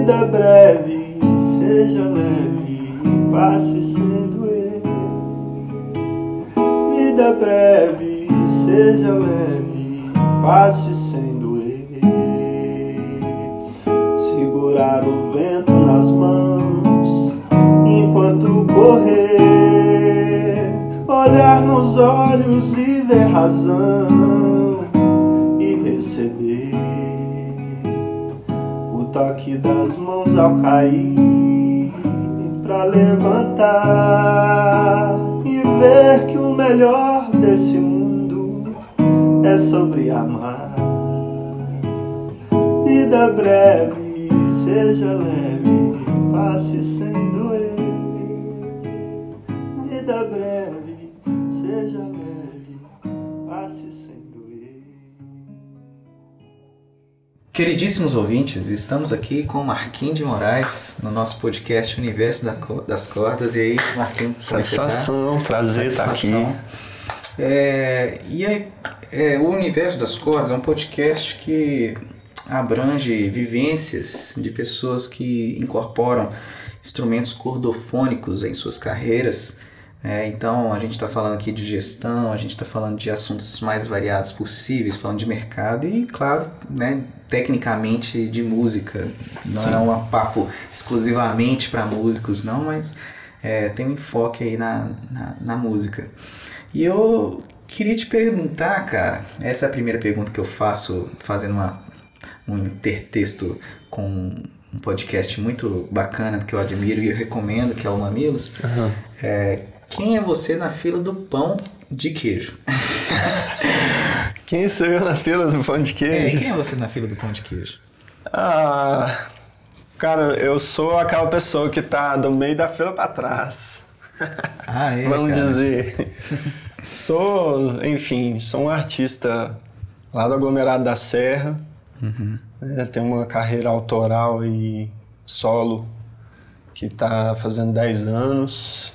Vida breve, seja leve, passe sem doer. Vida breve, seja leve, passe sem doer. Segurar o vento nas mãos enquanto correr, olhar nos olhos e ver razão e receber o toque das mãos ao cair, pra levantar e ver que o melhor desse mundo é sobre amar. Vida breve, seja leve, passe sem doer. Vida breve, seja leve, passe sem doer. Queridíssimos ouvintes, estamos aqui com o Marquinhos de Moraes no nosso podcast Universo das Cordas. E aí, Marquinhos, satisfação, prazer estar aqui. O Universo das Cordas é um podcast que abrange vivências de pessoas que incorporam instrumentos cordofônicos em suas carreiras. Então a gente está falando aqui de gestão, a gente está falando de assuntos mais variados possíveis, falando de mercado e, claro, né, tecnicamente de música. Não Sim. É um papo exclusivamente para músicos, não, mas tem um enfoque aí na música. E eu queria te perguntar, cara, essa é a primeira pergunta que eu faço, fazendo um intertexto com um podcast muito bacana que eu admiro e eu recomendo, que é o Mamilos. Uhum. Quem é você na fila do pão de queijo? Quem sou eu na fila do pão de queijo? Quem é você na fila do pão de queijo? Cara, eu sou aquela pessoa que tá do meio da fila pra trás. Vamos dizer. Sou um artista lá do aglomerado da Serra. Uhum. Tenho uma carreira autoral e solo que tá fazendo 10 anos.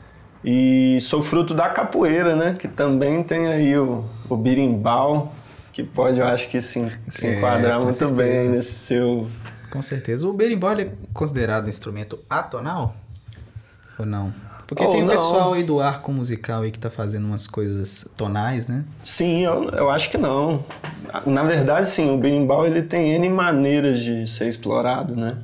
E sou fruto da capoeira, né? Que também tem aí o berimbau, que pode, eu acho que se enquadrar muito certeza. Bem nesse seu... Com certeza. O berimbau é considerado um instrumento atonal? Ou não? Porque tem o pessoal aí do arco musical aí que tá fazendo umas coisas tonais, né? Sim, eu acho que não. Na verdade, sim, o berimbau ele tem N maneiras de ser explorado, né?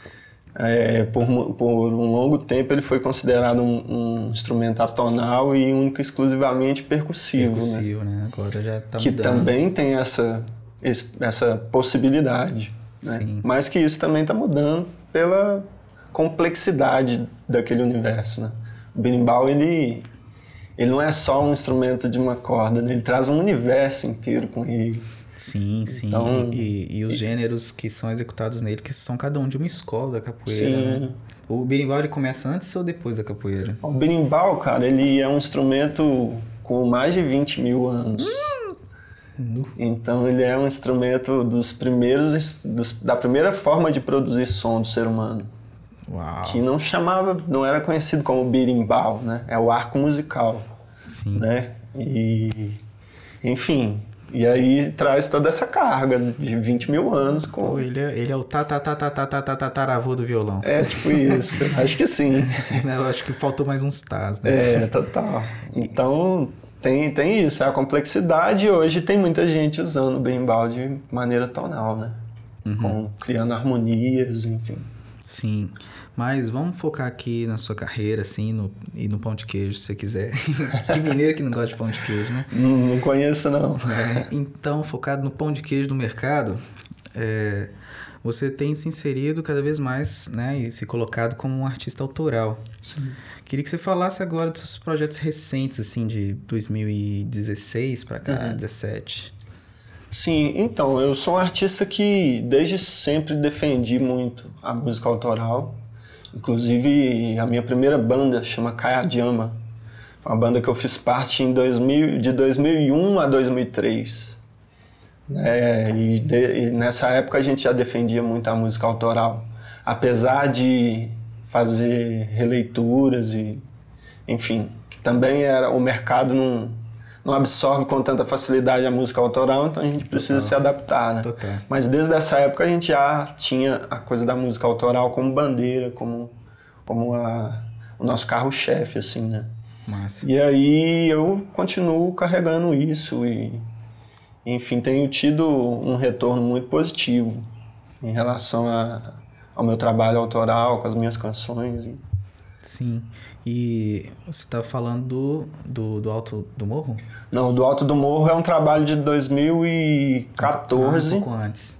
Por um longo tempo ele foi considerado um instrumento atonal e único exclusivamente percussivo, né? Agora já tá que mudando. Também tem essa possibilidade, né? Sim. Mas que isso também está mudando pela complexidade daquele universo, né? O berimbau ele não é só um instrumento de uma corda, né? Ele traz um universo inteiro com ele. Sim. Então, e os gêneros que são executados nele, que são cada um de uma escola da capoeira, sim. Né? O berimbau ele começa antes ou depois da capoeira? O berimbau, cara, ele é um instrumento com mais de 20 mil anos. Então ele é um instrumento da primeira forma de produzir som do ser humano. Uau. Que não era conhecido como berimbau, né? É o arco musical. Sim. Né? Enfim... E aí traz toda essa carga de 20 mil anos com... Ele é o tataravô do violão. Tipo isso. Acho que sim. Eu acho que faltou mais uns tás, né? Total. Então, tem isso. A complexidade. E hoje tem muita gente usando o berimbau de maneira tonal, né? Uhum. Criando harmonias, enfim. Sim. Mas vamos focar aqui na sua carreira, assim, e no pão de queijo, se você quiser. Que mineiro que não gosta de pão de queijo, né? Não conheço, não. Então, focado no pão de queijo do mercado, você tem se inserido cada vez mais, né? E se colocado como um artista autoral. Sim. Queria que você falasse agora dos seus projetos recentes, assim, de 2016 para cá, 2017. Sim, então, eu sou um artista que desde sempre defendi muito a música autoral. Inclusive, a minha primeira banda chama Kayadjama. Foi uma banda que eu fiz parte de 2001 a 2003. E nessa época a gente já defendia muito a música autoral. Apesar de fazer releituras e... Enfim, que também o mercado não absorve com tanta facilidade a música autoral, então a gente precisa se adaptar, né? Total. Mas desde essa época a gente já tinha a coisa da música autoral como bandeira, como o nosso carro-chefe, assim, né? Massa. E aí eu continuo carregando isso e, enfim, tenho tido um retorno muito positivo em relação ao meu trabalho autoral, com as minhas canções. Sim. E você estava falando do Alto do Morro? Não, do Alto do Morro é um trabalho de 2014. Um pouco antes.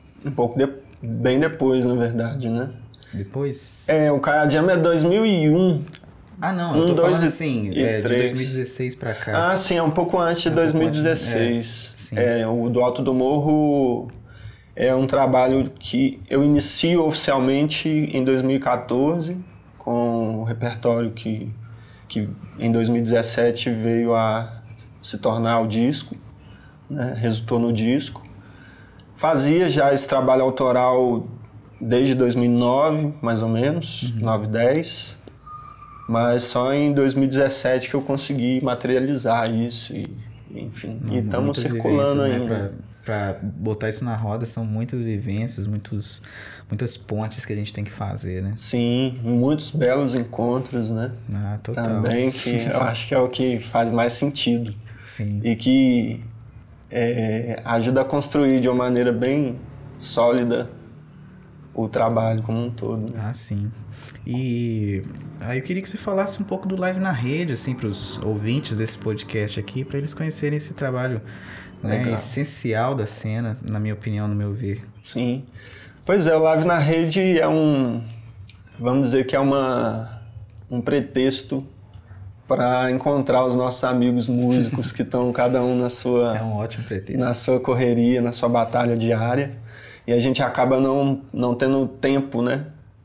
Bem depois, na verdade, né? Depois? O Kayajama é 2001. Ah, não, eu tô falando assim, de 2016 pra cá. Ah, sim, é um pouco antes de 2016. Sim. O do Alto do Morro é um trabalho que eu inicio oficialmente em 2014, com o repertório que em 2017 veio a se tornar o disco, né? Resultou no disco. Fazia já esse trabalho autoral desde 2009, mais ou menos, 9, 10, mas só em 2017 que eu consegui materializar isso e, enfim, e estamos circulando ainda. Né? Para botar isso na roda são muitas vivências, muitas pontes que a gente tem que fazer, né? Sim, muitos belos encontros, né? Ah, total. Também, que eu acho que é o que faz mais sentido. Sim. E que ajuda a construir de uma maneira bem sólida o trabalho como um todo. Né? Ah, sim. E aí eu queria que você falasse um pouco do Live na Rede, assim, para os ouvintes desse podcast aqui, para eles conhecerem esse trabalho, né, essencial da cena, na minha opinião, no meu ver. Sim. Pois é, o Live na Rede é vamos dizer que é um pretexto para encontrar os nossos amigos músicos que estão cada um na sua... É um ótimo pretexto. Na sua correria, na sua batalha diária. E a gente acaba não tendo tempo, né?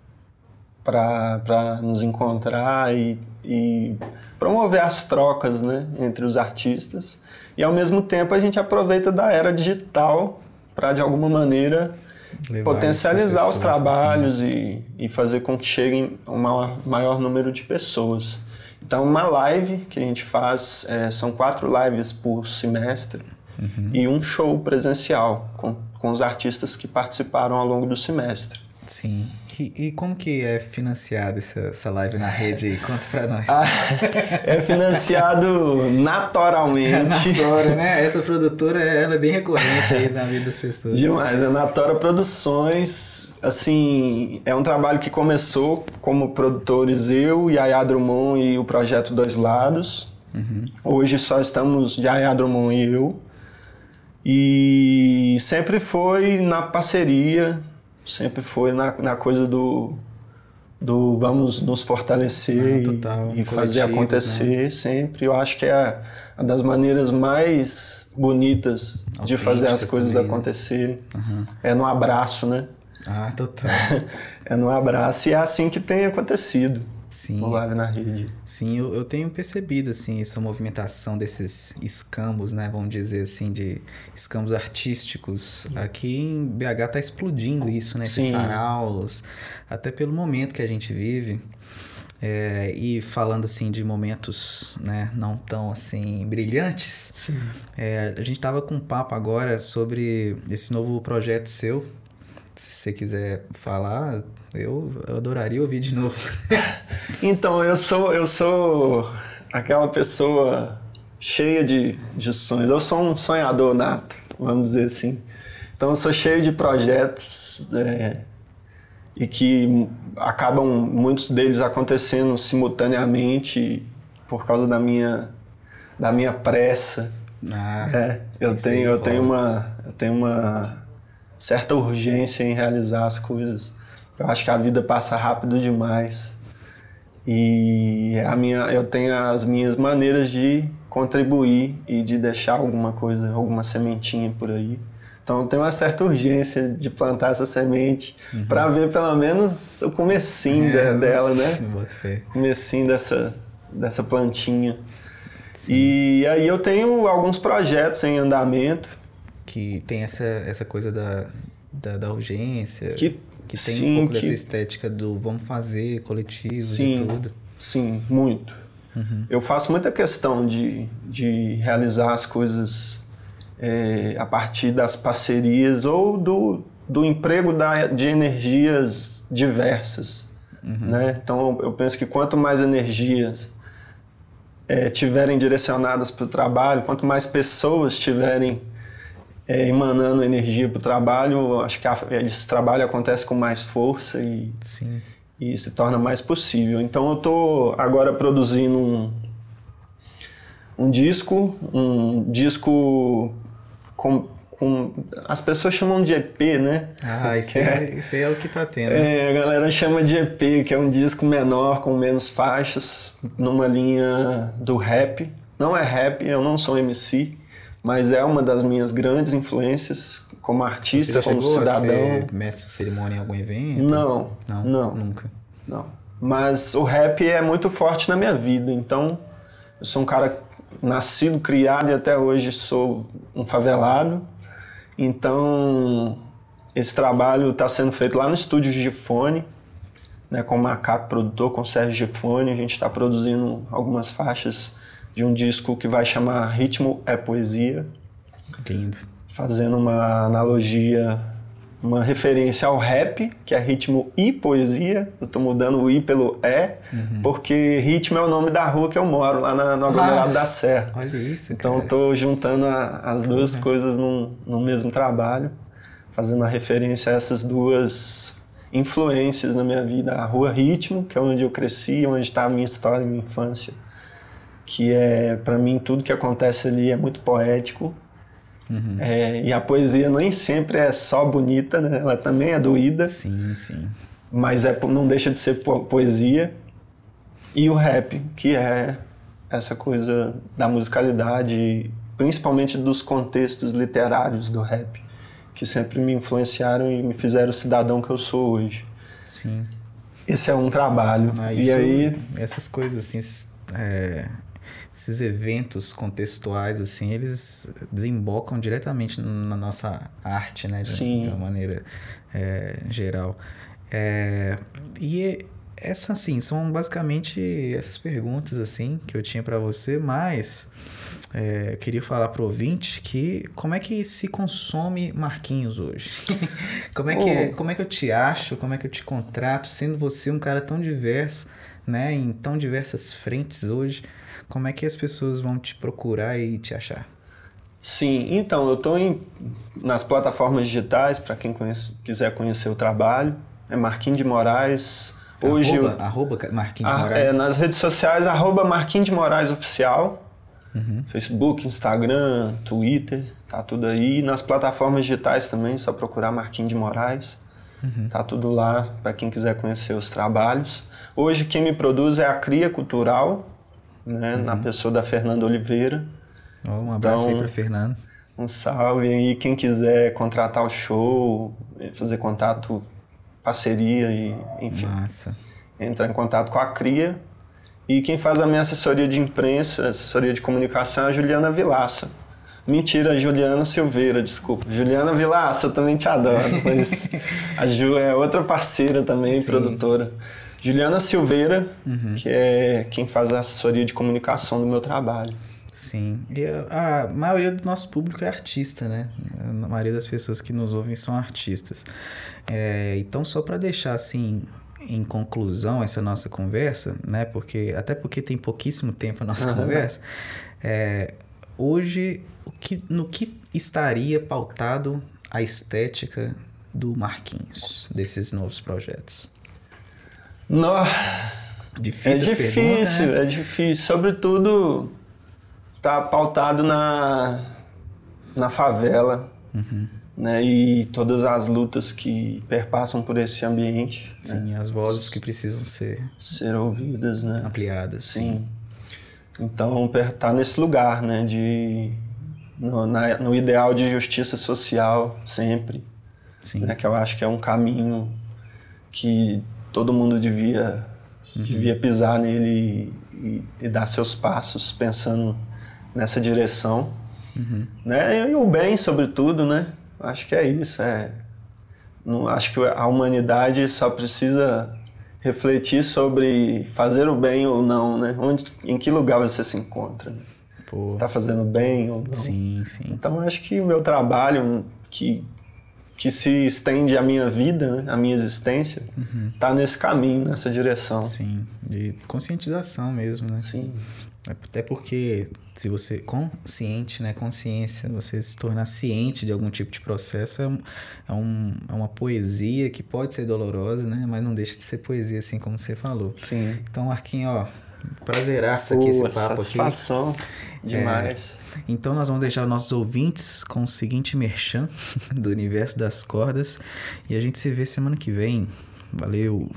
Para nos encontrar e promover as trocas, né? Entre os artistas. E ao mesmo tempo a gente aproveita da era digital para, de alguma maneira, potencializar os trabalhos assim. e fazer com que cheguem a um maior número de pessoas. Então, uma live que a gente faz, são 4 lives por semestre e um show presencial com os artistas que participaram ao longo do semestre. Sim. E como que é financiada essa live na rede aí? Conta pra nós. É financiado naturalmente. Natora, né? Essa produtora, ela é bem recorrente aí na vida das pessoas. Demais. A Natora Produções, assim, é um trabalho que começou como produtores eu, Yaya Drummond e o projeto Dois Lados. Hoje só estamos Yaya Drummond e eu. E sempre foi na parceria, sempre foi na coisa do vamos nos fortalecer e fazer acontecer, né? Sempre. Eu acho que é uma das maneiras mais bonitas de fazer as coisas também, acontecerem. Né? É no abraço, né? Ah, total. É no abraço e é assim que tem acontecido. Sim. O Live na Rede. Sim, eu tenho percebido, assim, essa movimentação desses escambos, né, vamos dizer assim, de escambos artísticos. Aqui em BH tá explodindo isso, né, esses saraus, até pelo momento que a gente vive. E falando, assim, de momentos, né, não tão, assim, brilhantes, a gente tava com um papo agora sobre esse novo projeto seu. Se você quiser falar, eu adoraria ouvir de novo. Então, eu sou aquela pessoa cheia de sonhos. Eu sou um sonhador nato, vamos dizer assim. Então, eu sou cheio de projetos e que acabam, muitos deles acontecendo simultaneamente por causa da minha pressa. Eu tenho uma certa urgência em realizar as coisas. Eu acho que a vida passa rápido demais. E eu tenho as minhas maneiras de contribuir e de deixar alguma coisa, alguma sementinha por aí. Então eu tenho uma certa urgência de plantar essa semente para ver pelo menos o comecinho dela, né? Comecinho dessa plantinha. Sim. E aí eu tenho alguns projetos em andamento. Que tem essa coisa da urgência, que tem sim, um pouco dessa estética do vamos fazer, coletivos e tudo. Sim, muito. Eu faço muita questão de realizar as coisas a partir das parcerias ou do emprego de energias diversas. Né? Então eu penso que quanto mais energias tiverem direcionadas para o trabalho, quanto mais pessoas tiverem emanando energia para o trabalho, acho que esse trabalho acontece com mais força e se torna mais possível. Então eu estou agora produzindo um disco com as pessoas chamam de EP, né? Isso aí é o que tá tendo. A galera chama de EP, que é um disco menor, com menos faixas, numa linha do rap. Não é rap, eu não sou MC, mas é uma das minhas grandes influências como artista, como cidadão. Você chegou a ser mestre de cerimônia em algum evento? Não. Nunca. Não. Mas o rap é muito forte na minha vida, então eu sou um cara nascido, criado e até hoje sou um favelado. Então, esse trabalho está sendo feito lá no estúdio Gifone, né, com o Macaco produtor, com o Sérgio Gifone. A gente está produzindo algumas faixas de um disco que vai chamar Ritmo é Poesia. Lindo. Fazendo uma analogia, uma referência ao rap, que é ritmo e poesia. Eu estou mudando o I pelo E, porque Ritmo é o nome da rua que eu moro, lá no aglomerado da Serra. Olha isso, cara. Então eu estou juntando as duas coisas no mesmo trabalho, fazendo a referência a essas duas influências na minha vida. A rua Ritmo, que é onde eu cresci, onde está a minha história, a minha infância, que para mim, tudo que acontece ali é muito poético. E a poesia nem sempre é só bonita, né? Ela também é doída. Sim. Mas não deixa de ser poesia. E o rap, que é essa coisa da musicalidade, principalmente dos contextos literários do rap, que sempre me influenciaram e me fizeram o cidadão que eu sou hoje. Sim. Esse é um trabalho. E aí... Essas coisas assim... Esses eventos contextuais, assim, eles desembocam diretamente na nossa arte, né? De uma maneira geral. E essas, assim, são basicamente essas perguntas, assim, que eu tinha para você, mas eu queria falar pro ouvinte que como é que se consome Marquinhos hoje? Como é que eu te acho? Como é que eu te contrato? Sendo você um cara tão diverso, né? Em tão diversas frentes hoje, como é que as pessoas vão te procurar e te achar? Sim, então eu estou nas plataformas digitais, para quem quiser conhecer o trabalho, é Marquinhos de Moraes. Hoje arroba Marquinhos de Moraes? Nas redes sociais, @Marquinhos de Moraes Oficial, Facebook, Instagram, Twitter, tá tudo aí. Nas plataformas digitais também, só procurar Marquinhos de Moraes, tá tudo lá para quem quiser conhecer os trabalhos. Hoje quem me produz é a Cria Cultural, né, na pessoa da Fernanda Oliveira. Um abraço aí para Fernanda. Um salve aí, quem quiser contratar o show, fazer contato, parceria e enfim. Massa. Entrar em contato com a Cria. E quem faz a minha assessoria de imprensa, assessoria de comunicação é a Juliana Vilaça. Mentira, Juliana Silveira, desculpa. Juliana Vilaça, eu também te adoro, mas a Ju é outra parceira também, produtora. Juliana Silveira, que é quem faz a assessoria de comunicação do meu trabalho. Sim, e a maioria do nosso público é artista, né? A maioria das pessoas que nos ouvem são artistas. Então, só para deixar assim em conclusão essa nossa conversa, né? Até porque tem pouquíssimo tempo a nossa conversa, hoje no que estaria pautado a estética do Marquinhos, desses novos projetos? Difícil, pergunta, né? É difícil. Sobretudo, tá pautado na favela, né? E todas as lutas que perpassam por esse ambiente. Sim, né? As vozes que precisam ser ouvidas, né? Ampliadas. Sim. Então, tá nesse lugar, né? No ideal de justiça social, sempre. Sim. Né? Que eu acho que é um caminho que todo mundo devia pisar nele e dar seus passos pensando nessa direção. Né? E o bem, sobretudo, né? Acho que é isso. Acho que a humanidade só precisa refletir sobre fazer o bem ou não, né? Em que lugar você se encontra? Né? Você está fazendo bem ou não? Sim. Então, acho que o meu trabalho, que se estende à minha vida, né? A minha existência, está nesse caminho, nessa direção. Sim, de conscientização mesmo, né? Sim. Até porque se você consciente, né, consciência, você se tornar ciente de algum tipo de processo é uma poesia que pode ser dolorosa, né, mas não deixa de ser poesia, assim como você falou. Sim. Então, Arquinho, ó, prazeraço aqui esse papo satisfação aqui. Demais. Então nós vamos deixar os nossos ouvintes com o seguinte merchan do Universo das Cordas e a gente se vê semana que vem. Valeu!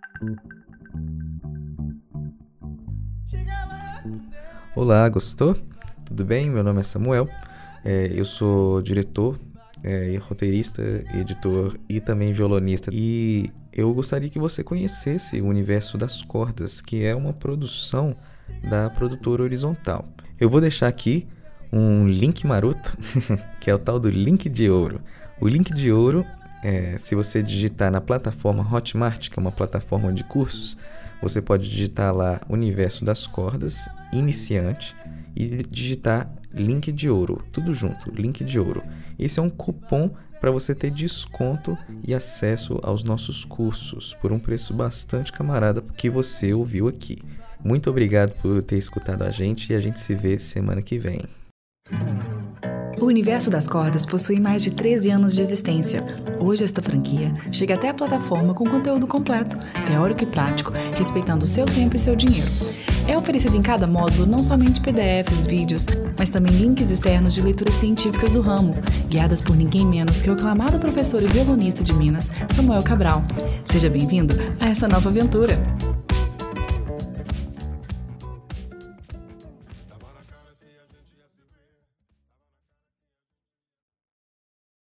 Olá, gostou? Tudo bem? Meu nome é Samuel, eu sou diretor, roteirista, editor e também violonista. E eu gostaria que você conhecesse o Universo das Cordas, que é uma produção da produtora Horizontal. Eu vou deixar aqui um link maroto, que é o tal do link de ouro. O link de ouro, se você digitar na plataforma Hotmart, que é uma plataforma de cursos, você pode digitar lá Universo das Cordas, iniciante, e digitar link de ouro, tudo junto, link de ouro. Esse é um cupom para você ter desconto e acesso aos nossos cursos por um preço bastante camarada que você ouviu aqui. Muito obrigado por ter escutado a gente e a gente se vê semana que vem. O Universo das Cordas possui mais de 13 anos de existência. Hoje esta franquia chega até a plataforma com conteúdo completo, teórico e prático, respeitando o seu tempo e seu dinheiro. É oferecido em cada módulo não somente PDFs, vídeos, mas também links externos de leituras científicas do ramo, guiadas por ninguém menos que o aclamado professor e violonista de Minas, Samuel Cabral. Seja bem-vindo a essa nova aventura!